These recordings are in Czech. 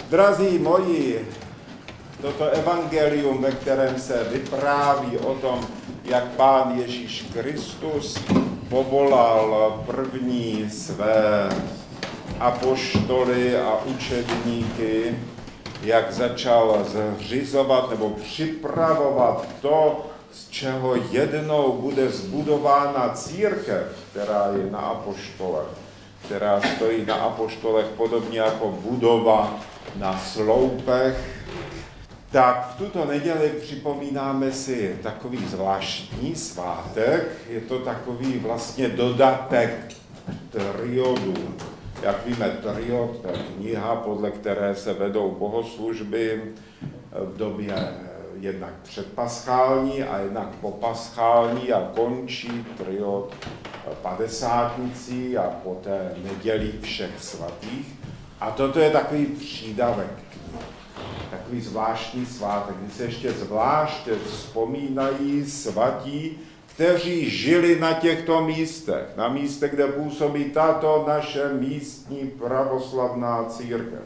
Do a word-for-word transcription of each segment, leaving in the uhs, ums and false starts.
Drazí moji, toto evangelium, ve kterém se vypráví o tom, jak Pán Ježíš Kristus povolal první své apoštoly a učedníky, jak začal zřizovat nebo připravovat to, z čeho jednou bude zbudována církev, která je na apoštolech, která stojí na apoštolech podobně jako budova na sloupech. Tak v tuto neděli připomínáme si takový zvláštní svátek. Je to takový vlastně dodatek triodu. Jak víme, triod, to je kniha, podle které se vedou bohoslužby v době jednak předpaschální a jednak popaschální a končí triod padesátnicí a poté nedělí všech svatých. A toto je takový přídavek, takový zvláštní svátek, kdy se ještě zvláště vzpomínají svatí, kteří žili na těchto místech, na místech, kde působí tato naše místní pravoslavná církev.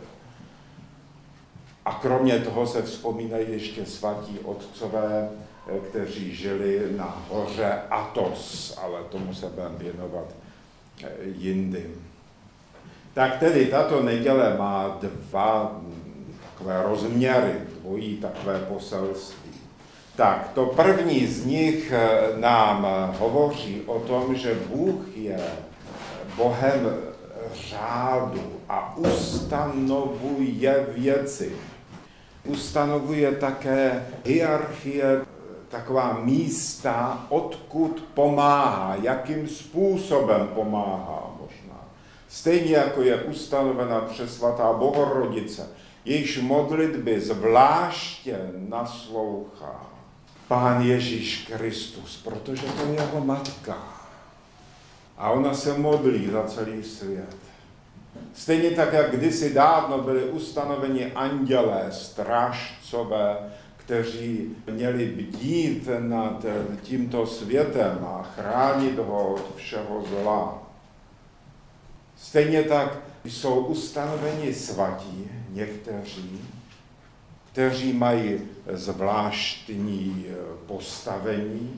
A kromě toho se vzpomínají ještě svatí otcové, kteří žili na hoře Athos, ale tomu se budeme věnovat jindy. Tak tedy tato neděle má dva takové rozměry, dvojí takové poselství. Tak to první z nich nám hovoří o tom, že Bůh je Bohem řádu a ustanovuje věci. Ustanovuje také hierarchie, taková místa, odkud pomáhá, jakým způsobem pomáhá možná. Stejně jako je ustanovena přesvatá Bohorodice, jejíž modlitby zvláště naslouchá Pán Ježíš Kristus, protože to je jeho matka. A ona se modlí za celý svět. Stejně tak, jak kdysi dávno byli ustanoveni andělé, strážcové, kteří měli bdít nad tímto světem a chránit ho od všeho zla. Stejně tak jsou ustanoveni svatí, někteří, kteří mají zvláštní postavení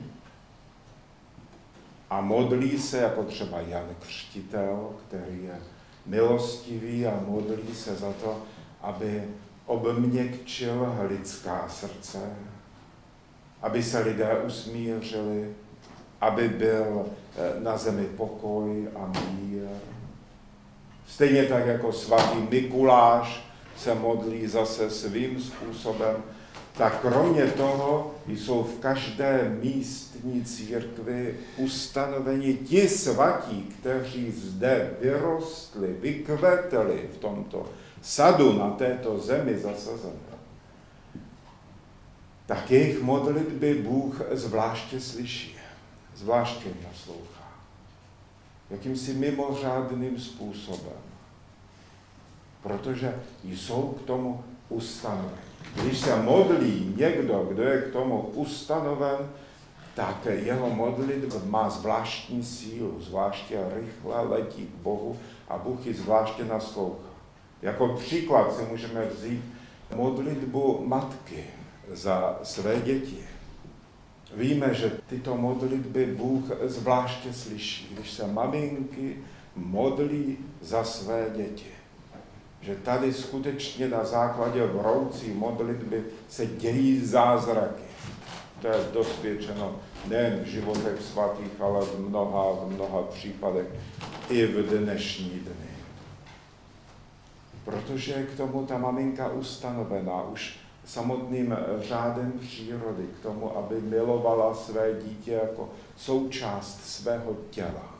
a modlí se, jako třeba Jan Křtitel, který je milostivý a modlí se za to, aby obměkčil lidská srdce, aby se lidé usmířili, aby byl na zemi pokoj a mír. Stejně tak jako svatý Mikuláš se modlí zase svým způsobem, tak kromě toho jsou v každé místní církvi ustanoveni ti svatí, kteří zde vyrostli, vykvetli v tomto sadu na této zemi zasazené. Tak jejich modlitby Bůh zvláště slyší, zvláště naslouchá. Jakýmsi mimořádným způsobem. Protože jsou k tomu ustanoveni. Když se modlí někdo, kdo je k tomu ustanoven, tak jeho modlitba má zvláštní sílu, zvláště rychle letí k Bohu a Bůh ji zvláště naslouchá. Jako příklad si můžeme vzít modlitbu matky za své děti. Víme, že tyto modlitby Bůh zvláště slyší, když se maminky modlí za své děti. Že tady skutečně na základě vroucí modlitby se dějí zázraky. To je dosvědčeno nejen v životech svatých, ale v mnoha, v mnoha případech i v dnešní dny. Protože je k tomu ta maminka ustanovená už samotným řádem přírody, k tomu, aby milovala své dítě jako součást svého těla.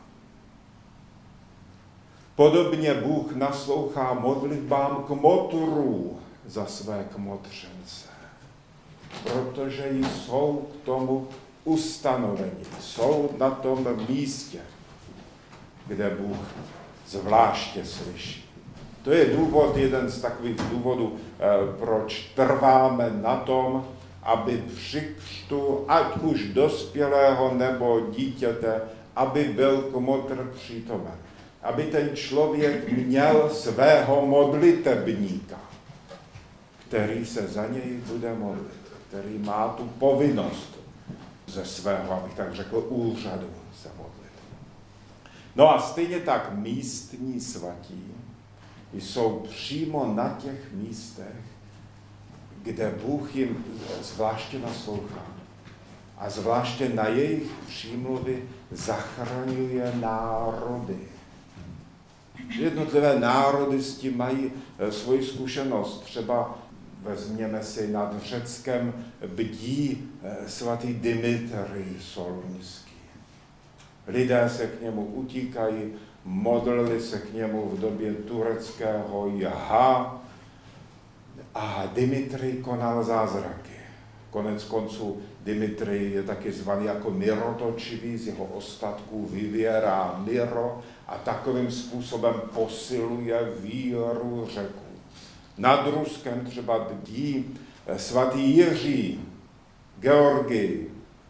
Podobně Bůh naslouchá modlitbám kmotrů za své kmotřence, protože jsou k tomu ustanoveni, jsou na tom místě, kde Bůh zvláště slyší. To je důvod, jeden z takových důvodů, proč trváme na tom, aby při křtu, ať už dospělého nebo dítěte, aby byl kmotr přítomen. Aby ten člověk měl svého modlitebníka. který se za něj bude modlit, který má tu povinnost ze svého, abych tak řekl, úřadu se modlit. No a stejně tak místní svatí jsou přímo na těch místech, kde Bůh jim zvláště naslouchá. A zvláště na jejich přímluvy zachraňuje národy. Jednotlivé národy s tím mají svoji zkušenost. Třeba vezměme si nad Řeckem bdí svatý Dimitry Solunský. Lidé se k němu utíkají, modlili se k němu v době tureckého jha a Dimitry konal zázraky. Konec konců Dimitry je taky zvaný jako mirotočivý, z jeho ostatků vyvěrá miro a takovým způsobem posiluje víru Řeků. Nad Ruskem třeba bdí svatý Jiří, Georgij,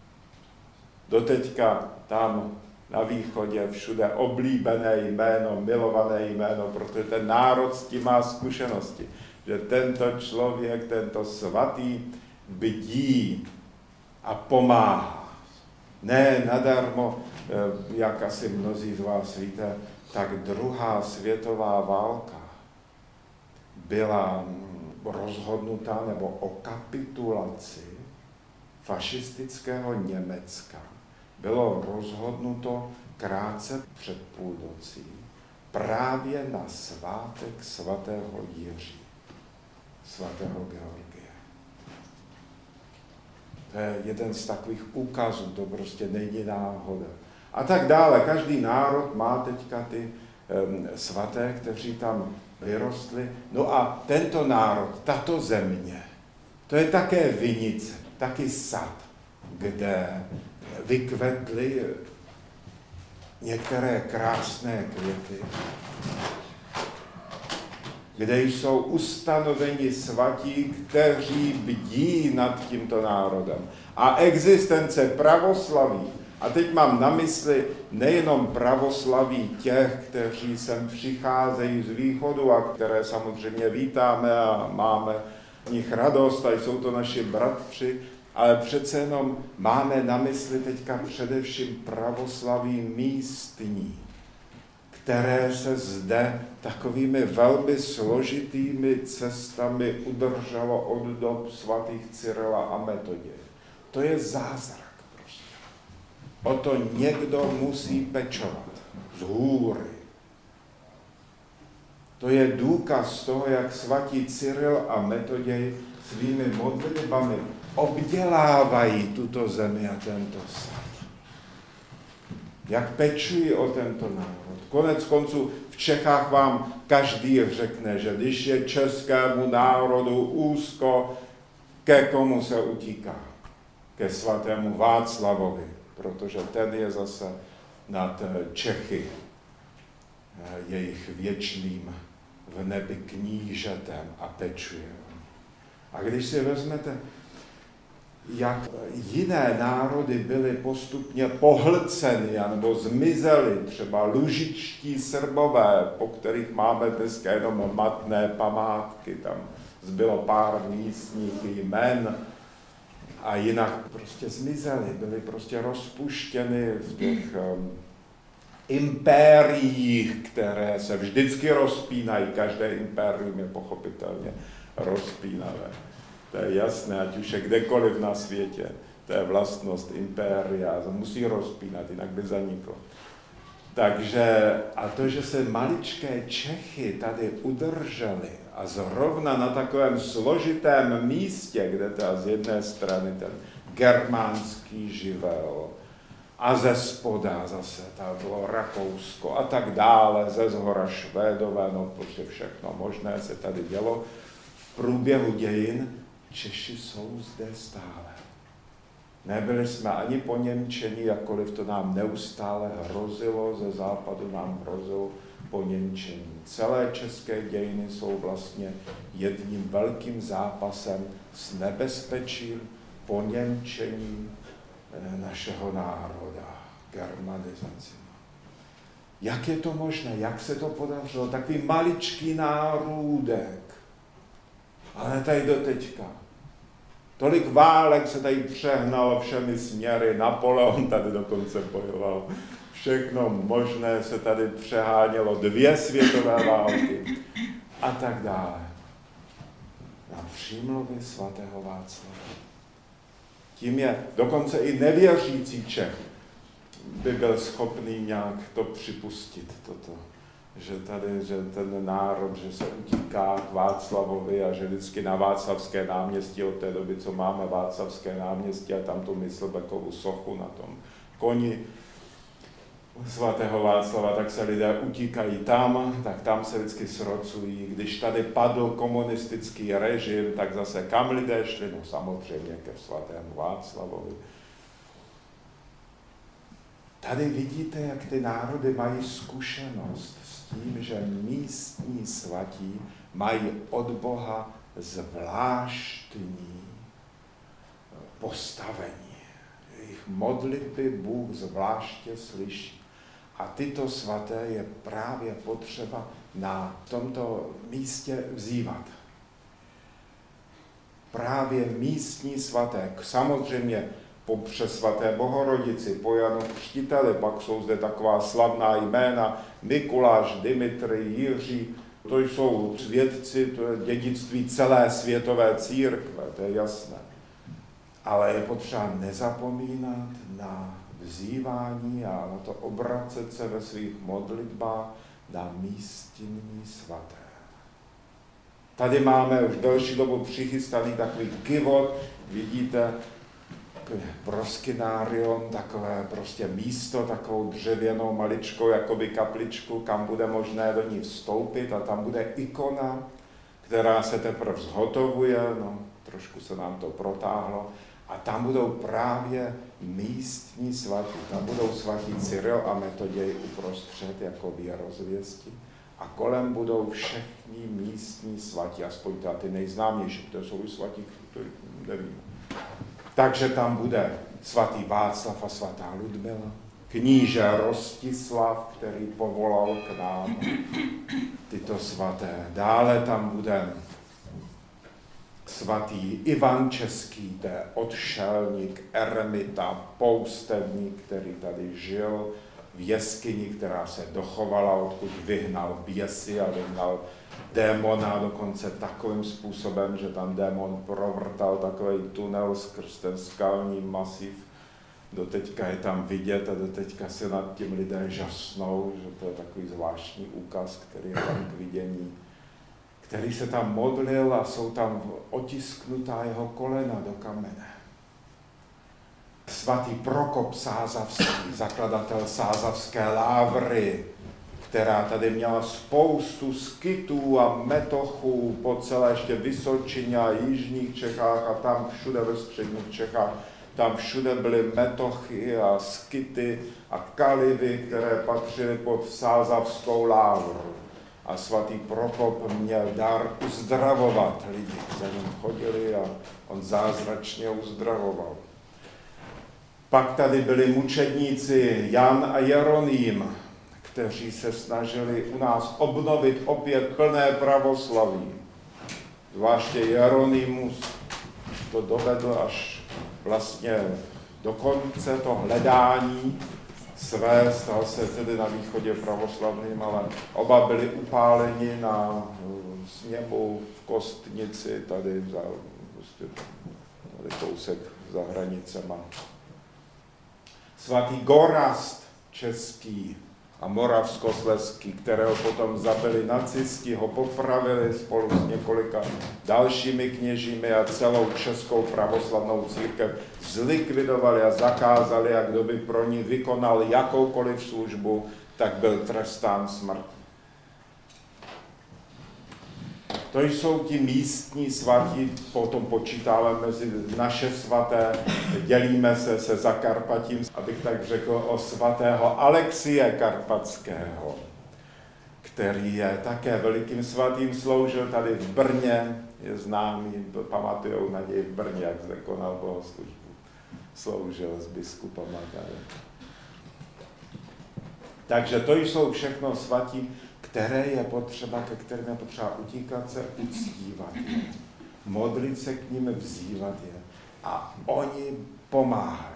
doteďka tam na východě všude oblíbené jméno, milované jméno, protože ten národ s tím má zkušenosti, že tento člověk, tento svatý bdí a pomáhá. Ne nadarmo, jak asi mnozí z vás víte, tak druhá světová válka byla rozhodnuta nebo o kapitulaci fašistického Německa bylo rozhodnuto krátce před půlnocí právě na svátek svatého Jiří, svatého Georgie. To je jeden z takových úkazů, to prostě není náhoda. A tak dále. Každý národ má teďka ty um, svaté, kteří tam vyrostli. No a tento národ, tato země, to je také vinice, taky sad, kde vykvetly některé krásné květy, kde jsou ustanoveni svatí, kteří bdí nad tímto národem. A existence pravoslaví, a teď mám na mysli nejenom pravoslaví těch, kteří sem přicházejí z východu a které samozřejmě vítáme a máme v nich radost a jsou to naši bratři, ale přece jenom máme na mysli teďka především pravoslaví místní, které se zde takovými velmi složitými cestami udrželo od dob svatých Cyrila a Metoděje. To je zázrak prostě. O to někdo musí pečovat z hůry. To je důkaz toho, jak svatí Cyril a Metoděj svými modlitbami obdělávají tuto zemi a tento sad. Jak pečují o tento národ. Konec konců v Čechách vám každý řekne, že když je českému národu úzko, ke komu se utíká? Ke svatému Václavovi, protože ten je zase nad Čechy, jejich věčným v nebi knížetem a pečuje. A když si vezmete, jak jiné národy byly postupně pohlceny nebo zmizely, třeba lužičtí Srbové, po kterých máme dneska jenom matné památky, tam zbylo pár místních jmen a jinak prostě zmizely, byly prostě rozpuštěny v těch um, impériích, které se vždycky rozpínají, každé impérium je pochopitelně rozpínavé. To je jasné, ať už je kdekoliv na světě. To je vlastnost impéria, to musí rozpínat, jinak by zaniklo. Takže, a to, že se maličké Čechy tady udržely a zrovna na takovém složitém místě, kde to z jedné strany ten germánský živel a ze spoda zase tam bylo Rakousko a tak dále, ze zhora Švédové, no prostě všechno možné se tady dělo. V průběhu dějin Češi jsou zde stále. Nebyli jsme ani poněmčeni, jakkoliv to nám neustále hrozilo, ze západu nám hrozilo poněmčení. Celé české dějiny jsou vlastně jedním velkým zápasem s nebezpečím poněmčení našeho národa, germanizací. Jak je to možné? Jak se to podařilo? Takový maličký nárůdek. Ale tady do teďka. Tolik válek se tady přehnalo všemi směry, Napoleon tady dokonce bojoval. Všechno možné se tady přehánělo, dvě světové války a tak dále. Na přímluvy svatého Václava. Tím je dokonce i nevěřící Čech by byl schopný nějak to připustit, toto. Že tady, že ten národ, že se utíká k Václavovi a že vždycky na Václavské náměstí od té doby, co máme Václavské náměstí a tam tu Myslbeckovu sochu na tom koni svatého Václava, tak se lidé utíkají tam, tak tam se vždycky srocují. Když tady padl komunistický režim, tak zase kam lidé šli? No samozřejmě ke svatému Václavovi. Tady vidíte, jak ty národy mají zkušenost s tím, že místní svatí mají od Boha zvláštní postavení. Jejich modlitby Bůh zvláště slyší. A tyto svaté je právě potřeba na tomto místě vzývat. Právě místní svaté, samozřejmě po přes svaté Bohorodici, po Janu Křtiteli, pak jsou zde taková slavná jména Mikuláš, Dimitry, Jiří, to jsou svědci, to je dědictví celé světové církve, to je jasné. Ale je potřeba nezapomínat na vzývání a na to obracet se ve svých modlitbách na místní svaté. Tady máme už delší dobu přichystaný takový kivot, vidíte, proskynárion, takové prostě místo, takovou dřevěnou maličkou jakoby kapličku, kam bude možné do ní vstoupit a tam bude ikona, která se teprve zhotovuje, no trošku se nám to protáhlo, a tam budou právě místní svatí, tam budou svatí Cyril a Metoděj uprostřed jako věrozvěsti a kolem budou všichni místní svatí, aspoň ty nejznámější, to jsou svatí, to nevím. Takže tam bude svatý Václav a svatá Ludmila, kníže Rostislav, který povolal k nám tyto svaté. Dále tam bude svatý Ivan Český, to je odšelník, eremita, poustevník, který tady žil v jeskyni, která se dochovala, odkud vyhnal běsy a vyhnal démona dokonce takovým způsobem, že tam démon provrtal takový tunel skrz ten skalní masiv. Doteďka je tam vidět a doteďka se nad tím lidé žasnou, že to je takový zvláštní úkaz, který je tam k vidění, který se tam modlil a jsou tam otisknutá jeho kolena do kamene. Svatý Prokop Sázavský, zakladatel Sázavské lávry, která tady měla spoustu skytů a metochů po celé ještě Vysočině a jižních Čechách a tam všude ve středních Čechách. Tam všude byly metochy a skyty a kalivy, které patřily pod Sázavskou lávru. A svatý Prokop měl dar uzdravovat lidi. Za ním chodili a on zázračně uzdravoval. Pak tady byli mučedníci Jan a Jeroným, kteří se snažili u nás obnovit opět plné pravoslaví. Zvláště Jeronymus to dovedl až vlastně do konce to hledání své, stal se tedy na východě pravoslavným, ale oba byli upáleni na sněmu v Kostnici, tady, za, tady kousek za hranicema. Svatý Gorast český a moravskoslezský, kterého potom zabili nacisti, ho popravili spolu s několika dalšími kněžími a celou českou pravoslavnou církev zlikvidovali a zakázali, a kdo by pro ní vykonal jakoukoliv službu, tak byl trestán smrtí. To jsou ti místní svatí, potom počítáme mezi naše svaté, dělíme se se Zakarpatím, abych tak řekl, o svatého Alexie Karpatského, který je také velikým svatým, sloužil tady v Brně, je známý, pamatujou na něj v Brně, jak zde konal bohoslužbu, sloužil s biskupama tady. Takže to jsou všechno svatí, které je potřeba, ke kterým je potřeba utíkat se, uctívat. modlit se k ním, vzývat je a oni pomáhají.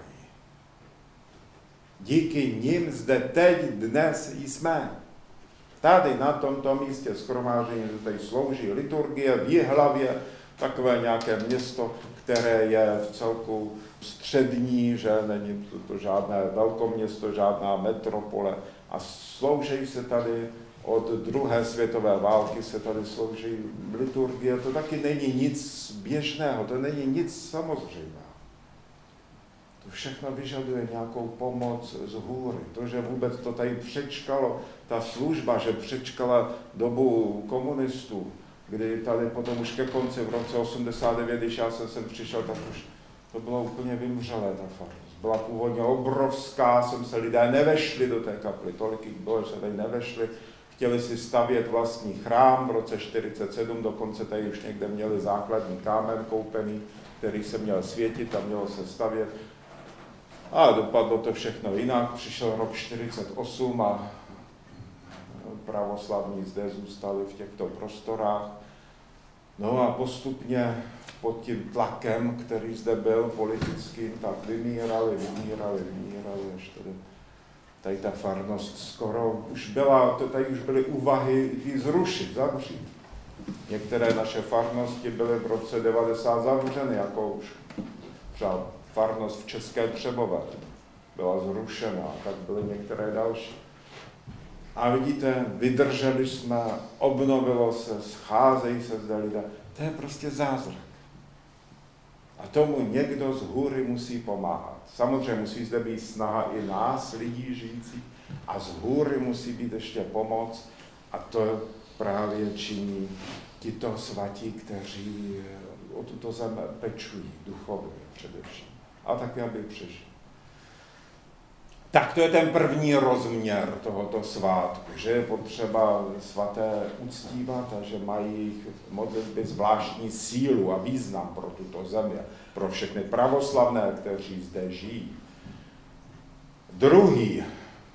Díky nim zde teď dnes jsme. Tady na tomto místě shromáždění tady slouží liturgie v Jihlavě, takové nějaké město, které je v celku střední, že není to, to žádné velkoměsto, žádná metropole a slouží se tady od druhé světové války se tady slouží liturgie, to taky není nic běžného, to není nic samozřejmého. To všechno vyžaduje nějakou pomoc z hůry. To, že vůbec to tady přečkalo, ta služba, že přečkala dobu komunistů, kdy tady potom už ke konci v roce osmdesát devět, když já jsem sem přišel, tak už to bylo úplně vymřelé, ta farnost. Byla původně obrovská, jsem se lidé nevešli do té kaply, tolik jich bylo, že se tady nevešli. Chtěli si stavět vlastní chrám v roce čtyřicet sedm, dokonce tady už někde měli základní kámen koupený, který se měl světit a mělo se stavět. A dopadlo to všechno jinak, přišel rok čtyřicet osm a pravoslavní zde zůstali v těchto prostorách. No a postupně pod tím tlakem, který zde byl politický, tak vymírali, vymírali, vymírali, až tady, tady ta farnost skoro už byla, tady už byly úvahy ji zrušit, zavřít. Některé naše farnosti byly v roce devadesát zavřeny, jako už třeba farnost v České Třebové byla zrušena, tak byly některé další. A vidíte, vydrželi jsme, obnovilo se, scházejí se zde lidé. To je prostě zázrak. A tomu někdo z hůry musí pomáhat. Samozřejmě musí zde být snaha i nás, lidí žijících, a z hůry musí být ještě pomoc. A to právě činí tito svatí, kteří o tuto zem pečují, duchovně především. A taky, aby přežili. Tak to je ten první rozměr tohoto svátku, že je potřeba svaté uctívat a že mají jejich modlitby zvláštní sílu a význam pro tuto zemi, pro všechny pravoslavné, kteří zde žijí. Druhý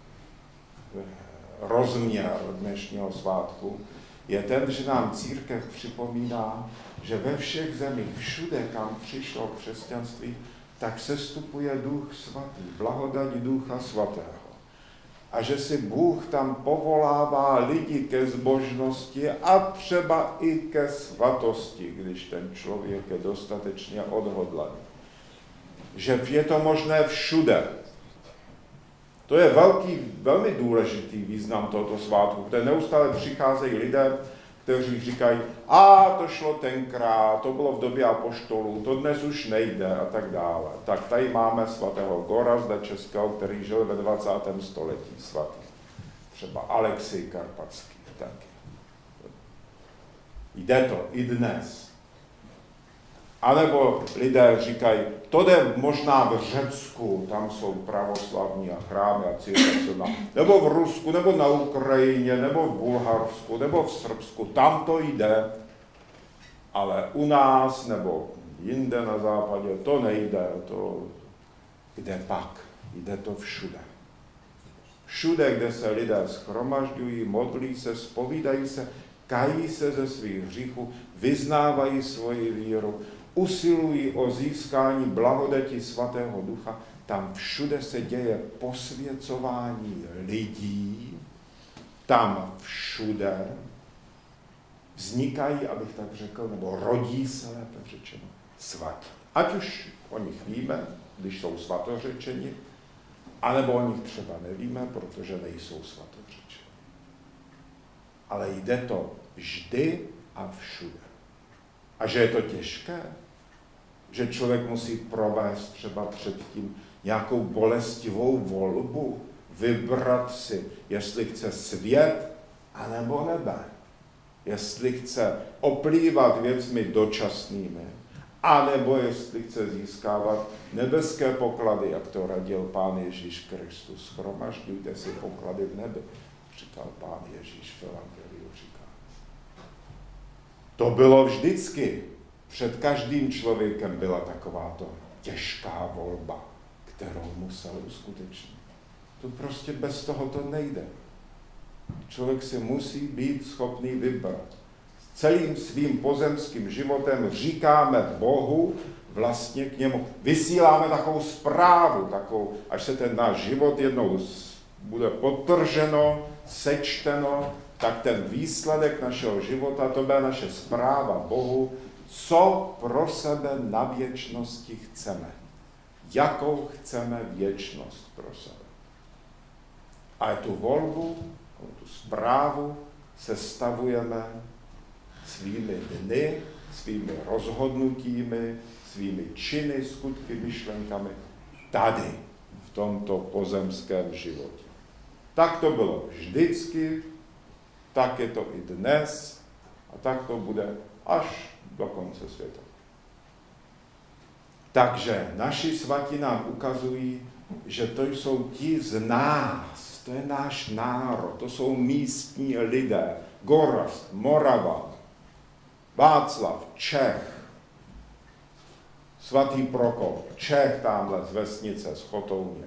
rozměr dnešního svátku je ten, že nám církev připomíná, že ve všech zemích, všude, kam přišlo křesťanství, tak sestupuje Duch Svatý, blahodať Ducha Svatého. A že si Bůh tam povolává lidi ke zbožnosti a třeba i ke svatosti, když ten člověk je dostatečně odhodlaný. Že je to možné všude. To je velký, velmi důležitý význam tohoto svátku, kde neustále přicházejí lidé, kteří říkají, a to šlo tenkrát, to bylo v době apoštolů, to dnes už nejde a tak dále. Tak tady máme svatého Gorazda Českého, který žil ve dvacátém století svatý. Třeba Alexej Karpatský taky. Jde to i dnes. A nebo lidé říkají, to jde možná v Řecku, tam jsou pravoslavní a chrámy a církev, nebo v Rusku, nebo na Ukrajině, nebo v Bulharsku, nebo v Srbsku, tam to jde, ale u nás nebo jinde na západě to nejde, to kde pak, jde to všude. Všude, kde se lidé shromažďují, modlí se, zpovídají se, kají se ze svých hříchů, vyznávají svoji víru, usilují o získání blahodati Svatého Ducha, tam všude se děje posvěcování lidí, tam všude vznikají, abych tak řekl, nebo rodí se, lépe řečeno, svatí. Ať už o nich víme, když jsou svatořečeni, anebo o nich třeba nevíme, protože nejsou svatořečeni. Ale jde to vždy a všude. A že je to těžké, že člověk musí provést třeba předtím nějakou bolestivou volbu, vybrat si, jestli chce svět, anebo nebe. Jestli chce oplývat věcmi dočasnými, anebo jestli chce získávat nebeské poklady, jak to radil Pán Ježíš Kristus. Shromažďujte si poklady v nebi, říkal Pán Ježíš v Evangeliu, říká. To bylo vždycky. Před každým člověkem byla takováto těžká volba, kterou musel uskutečnit. To prostě bez toho to nejde. Člověk si musí být schopný vybrat z celým svým pozemským životem říkáme Bohu, vlastně k němu vysíláme takovou zprávu, takovou, až se ten náš život jednou bude podtrženo, sečteno, tak ten výsledek našeho života, to bude naše zpráva Bohu, co pro sebe na věčnosti chceme. Jakou chceme věčnost pro sebe. A tu volbu, tu zprávu sestavujeme svými dny, svými rozhodnutími, svými činy, skutky, myšlenkami tady, v tomto pozemském životě. Tak to bylo vždycky, tak je to i dnes a tak to bude až do konce světa. Takže naši svatí nám ukazují, že to jsou ti z nás, to je náš národ, to jsou místní lidé, Gorazd, Morava, Václav, Čech, svatý Prokop, Čech tamhle z vesnice, z Chotouně,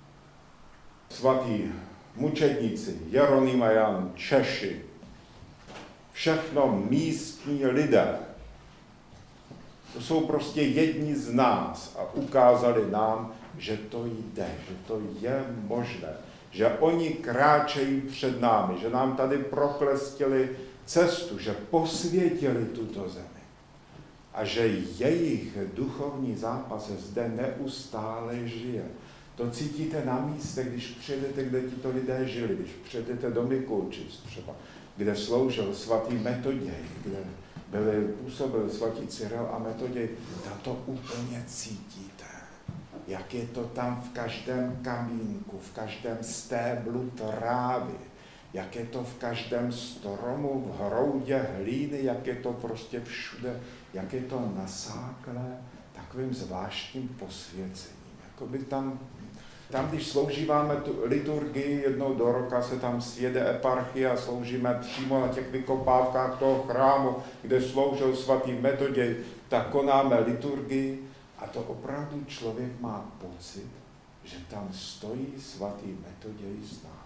svatý mučedníci, Jeroným a Jan, Češi, všechno místní lidé. To jsou prostě jedni z nás a ukázali nám, že to jde, že to je možné, že oni kráčejí před námi, že nám tady proklestili cestu, že posvětili tuto zemi a že jejich duchovní zápas zde neustále žije. To cítíte na místě, když přijedete, kde tito lidé žili, když přijedete do Mikulčic třeba, kde sloužil svatý Metoděj, kde byli, působili svatí Cyril a Metoděj, tam to úplně cítíte. Jak je to tam v každém kamínku, v každém stéblu trávy, jak je to v každém stromu, v hroudě hlíny, jak je to prostě všude, jak je to nasáklé takovým zvláštním posvěcením. Jakoby tam, tam, když sloužíváme tu liturgii, jednou do roka se tam sjede eparchie a sloužíme přímo na těch vykopávkách toho chrámu, kde sloužil svatý Metoděj, tak konáme liturgii a to opravdu člověk má pocit, že tam stojí svatý Metoděj s námi.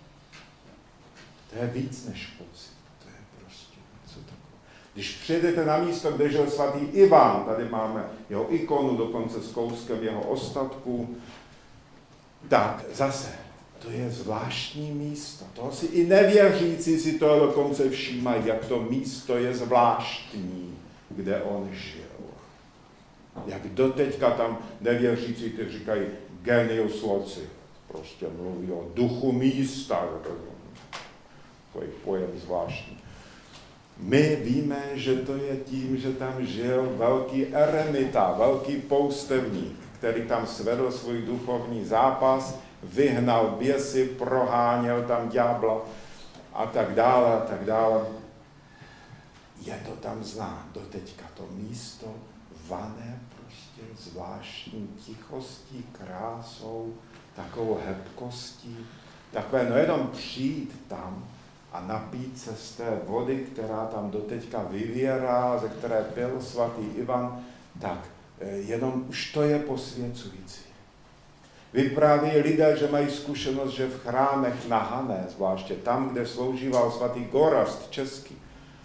To je víc než pocit, to je prostě něco takové. Když přijedete na místo, kde žil svatý Ivan, tady máme jeho ikonu, dokonce s kouskem jeho ostatků, tak zase, to je zvláštní místo. Toho si i nevěřící si to dokonce všímají, jak to místo je zvláštní, kde on žil. Jak doteďka tam nevěřící ty říkají genius loci. Prostě mluví o duchu místa. Takový pojem zvláštní. My víme, že to je tím, že tam žil velký eremita, velký poustevník, který tam svedl svůj duchovní zápas, vyhnal běsy, proháněl tam ďábla a tak dále a tak dále. Je to tam znát doteďka, to místo vané prostě zvláštní tichostí, krásou, takovou hebkostí, takové, no jenom přijít tam a napít se z té vody, která tam doteďka vyvěrá, ze které pil svatý Ivan, tak jenom už to je posvěcující. Vypráví lidé, že mají zkušenost, že v chrámech na Hané, zvláště tam, kde sloužíval svatý Gorazd český,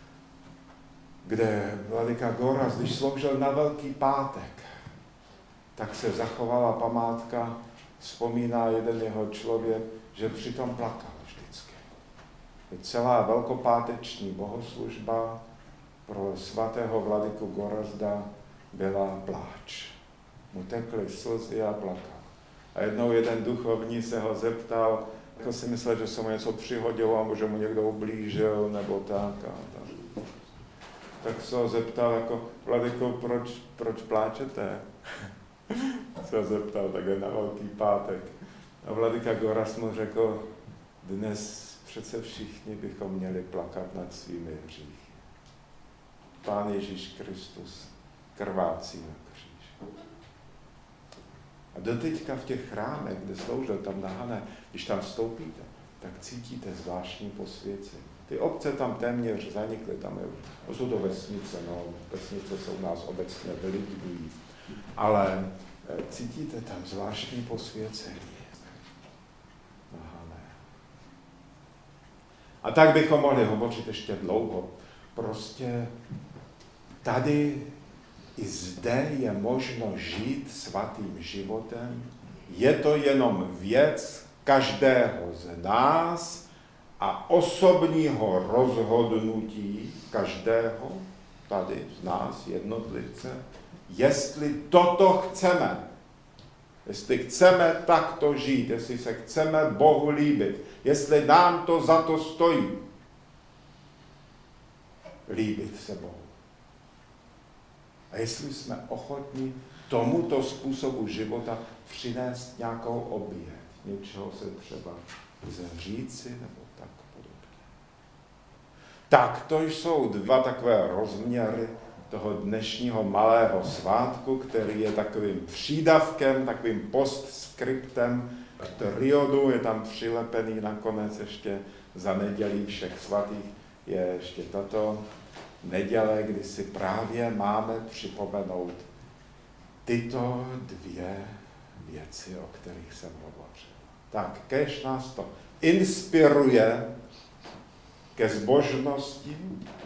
kde vladyka Gorazd, když sloužil na Velký pátek, tak se zachovala památka, vzpomíná jeden jeho člověk, že přitom plakal vždycky. Celá velkopáteční bohoslužba pro svatého vladyku Gorazda byla pláč. Mu tekly slzy a plakal. A jednou jeden duchovní se ho zeptal, jako si myslel, že se mu něco přihodilo, nebo že mu někdo ublížil, nebo tak. A tak. Tak se ho zeptal, jako, vladyko, proč, proč pláčete? se ho zeptal takhle na Velký pátek. A vladyka Gorazd mu řekl, dnes přece všichni bychom měli plakat nad svými hříchy. Pán Ježíš Kristus krvácí na kříži. A doteďka v těch chrámech, kde sloužil tam na Hané, když tam vstoupíte, tak cítíte zvláštní posvěcení. Ty obce tam téměř zanikly, tam je, no jsou to vesnice, no, vesnice se u nás obecně vylidňují, ale cítíte tam zvláštní posvěcení na Hané. A tak bychom mohli hovořit ještě dlouho prostě tady i zde je možno žít svatým životem. Je to jenom věc každého z nás a osobního rozhodnutí každého tady z nás, jednotlivce, jestli toto chceme. Jestli chceme takto žít, jestli se chceme Bohu líbit, jestli nám to za to stojí. Líbit se Bohu. A jestli jsme ochotní tomuto způsobu života přinést nějakou oběť, něčeho se třeba zříci nebo tak podobně. Tak to jsou dva takové rozměry toho dnešního malého svátku, který je takovým přídavkem, takovým postskriptem k triodu, je tam přilepený nakonec ještě za nedělí všech svatých, je ještě tato neděle, kdy si právě máme připomenout tyto dvě věci, o kterých jsem hovořil. Tak, kéž nás to inspiruje ke zbožnosti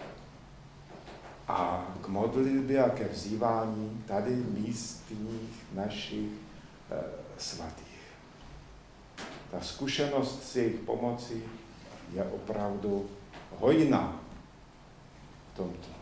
a k modlitbě a ke vzývání tady místních našich e, svatých. Ta zkušenost s jejich pomocí je opravdu hojná v tomto.